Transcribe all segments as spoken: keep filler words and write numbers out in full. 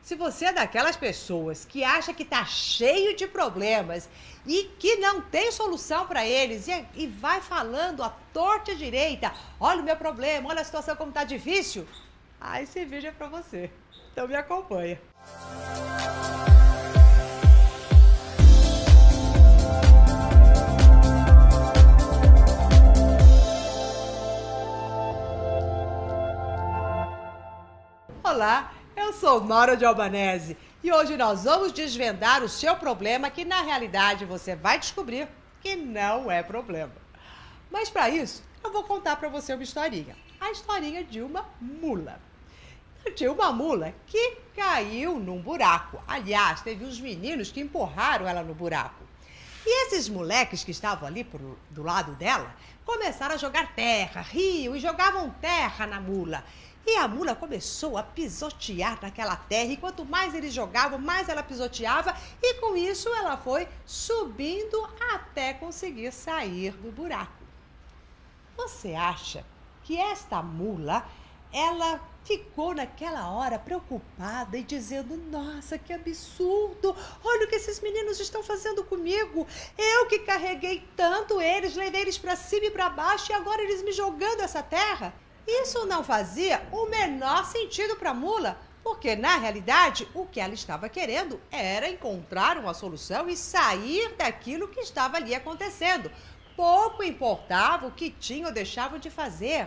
se você é daquelas pessoas que acha que tá cheio de problemas e que não tem solução para eles e, e vai falando à torta e à direita, olha o meu problema, olha a situação como tá difícil, ah, esse vídeo é para você. Então me acompanha. Olá, eu sou Nora de Albanese e hoje nós vamos desvendar o seu problema que na realidade você vai descobrir que não é problema. Mas para isso eu vou contar para você uma historinha, a historinha de uma mula. Tinha uma mula que caiu num buraco, aliás, teve uns meninos que empurraram ela no buraco. E esses moleques que estavam ali pro, do lado dela começaram a jogar terra, riam e jogavam terra na mula. E a mula começou a pisotear naquela terra, e quanto mais eles jogavam, mais ela pisoteava, e com isso ela foi subindo até conseguir sair do buraco. Você acha que esta mula, ela ficou naquela hora preocupada e dizendo, nossa, que absurdo, olha o que esses meninos estão fazendo comigo, eu que carreguei tanto eles, levei eles para cima e para baixo, e agora eles me jogando essa terra? Isso não fazia o menor sentido para a mula, porque, na realidade, o que ela estava querendo era encontrar uma solução e sair daquilo que estava ali acontecendo. Pouco importava o que tinha ou deixava de fazer.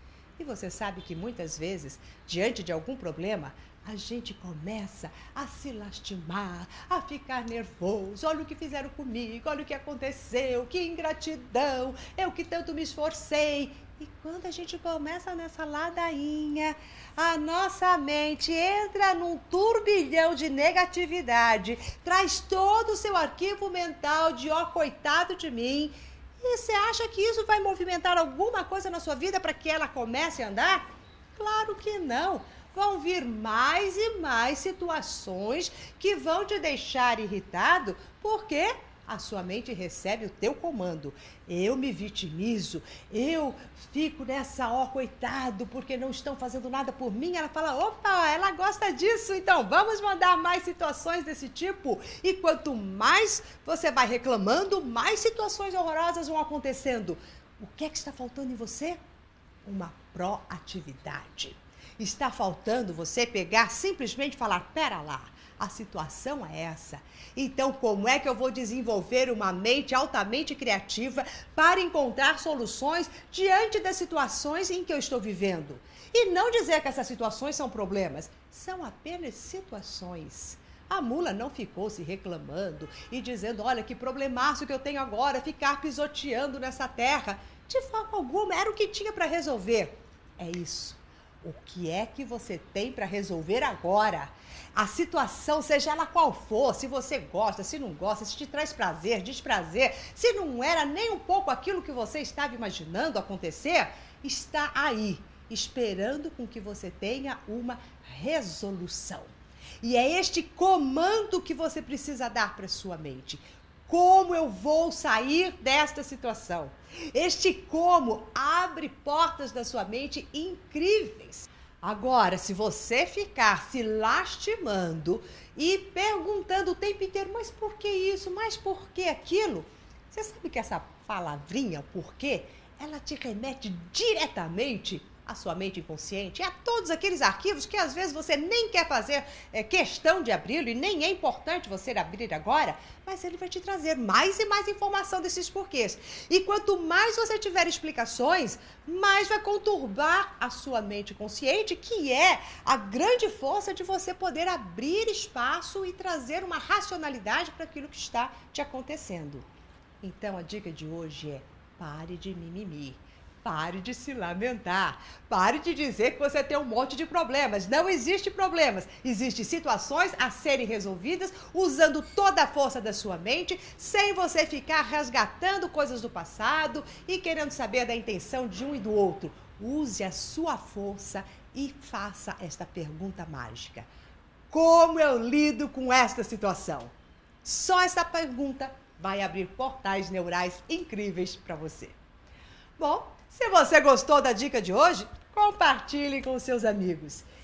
E você sabe que muitas vezes, diante de algum problema, a gente começa a se lastimar, a ficar nervoso. Olha o que fizeram comigo, olha o que aconteceu, que ingratidão, eu que tanto me esforcei. E quando a gente começa nessa ladainha, a nossa mente entra num turbilhão de negatividade, traz todo o seu arquivo mental de ó, coitado de mim. E você acha que isso vai movimentar alguma coisa na sua vida para que ela comece a andar? Claro que não. Vão vir mais e mais situações que vão te deixar irritado, porque a sua mente recebe o teu comando. Eu me vitimizo, eu fico nessa, ó, coitado, porque não estão fazendo nada por mim. Ela fala, opa, ela gosta disso, então vamos mandar mais situações desse tipo. E quanto mais você vai reclamando, mais situações horrorosas vão acontecendo. O que é que está faltando em você? Uma proatividade. Está faltando você pegar, simplesmente falar, pera lá, a situação é essa. Então, como é que eu vou desenvolver uma mente altamente criativa para encontrar soluções diante das situações em que eu estou vivendo? E não dizer que essas situações são problemas, são apenas situações. A mula não ficou se reclamando e dizendo, olha que problemaço que eu tenho agora, ficar pisoteando nessa terra. De forma alguma, era o que tinha para resolver. É isso. O que é que você tem para resolver agora? A situação, seja ela qual for, se você gosta, se não gosta, se te traz prazer, desprazer, se não era nem um pouco aquilo que você estava imaginando acontecer, está aí, esperando com que você tenha uma resolução. E é este comando que você precisa dar para sua mente. Como eu vou sair desta situação? Este como abre portas da sua mente incríveis. Agora, se você ficar se lastimando e perguntando o tempo inteiro, mas por que isso, mas por que aquilo? Você sabe que essa palavrinha, por quê, ela te remete diretamente à sua mente inconsciente, a todos aqueles arquivos que às vezes você nem quer fazer é, questão de abri-lo e nem é importante você abrir agora, mas ele vai te trazer mais e mais informação desses porquês. E quanto mais você tiver explicações, mais vai conturbar a sua mente consciente, que é a grande força de você poder abrir espaço e trazer uma racionalidade para aquilo que está te acontecendo. Então a dica de hoje é: pare de mimimi. Pare de se lamentar, pare de dizer que você tem um monte de problemas. Não existe problemas, existem situações a serem resolvidas usando toda a força da sua mente, sem você ficar resgatando coisas do passado e querendo saber da intenção de um e do outro. Use a sua força e faça esta pergunta mágica: como eu lido com esta situação? Só essa pergunta vai abrir portais neurais incríveis para você. Bom, se você gostou da dica de hoje, compartilhe com seus amigos.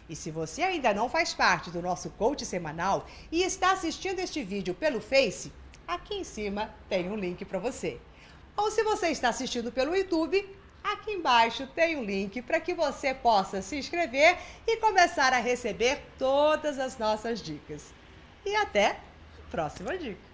E se você ainda não faz parte do nosso coach semanal e está assistindo este vídeo pelo Face, aqui em cima tem um link para você. Ou se você está assistindo pelo YouTube, aqui embaixo tem um link para que você possa se inscrever e começar a receber todas as nossas dicas. E até a próxima dica!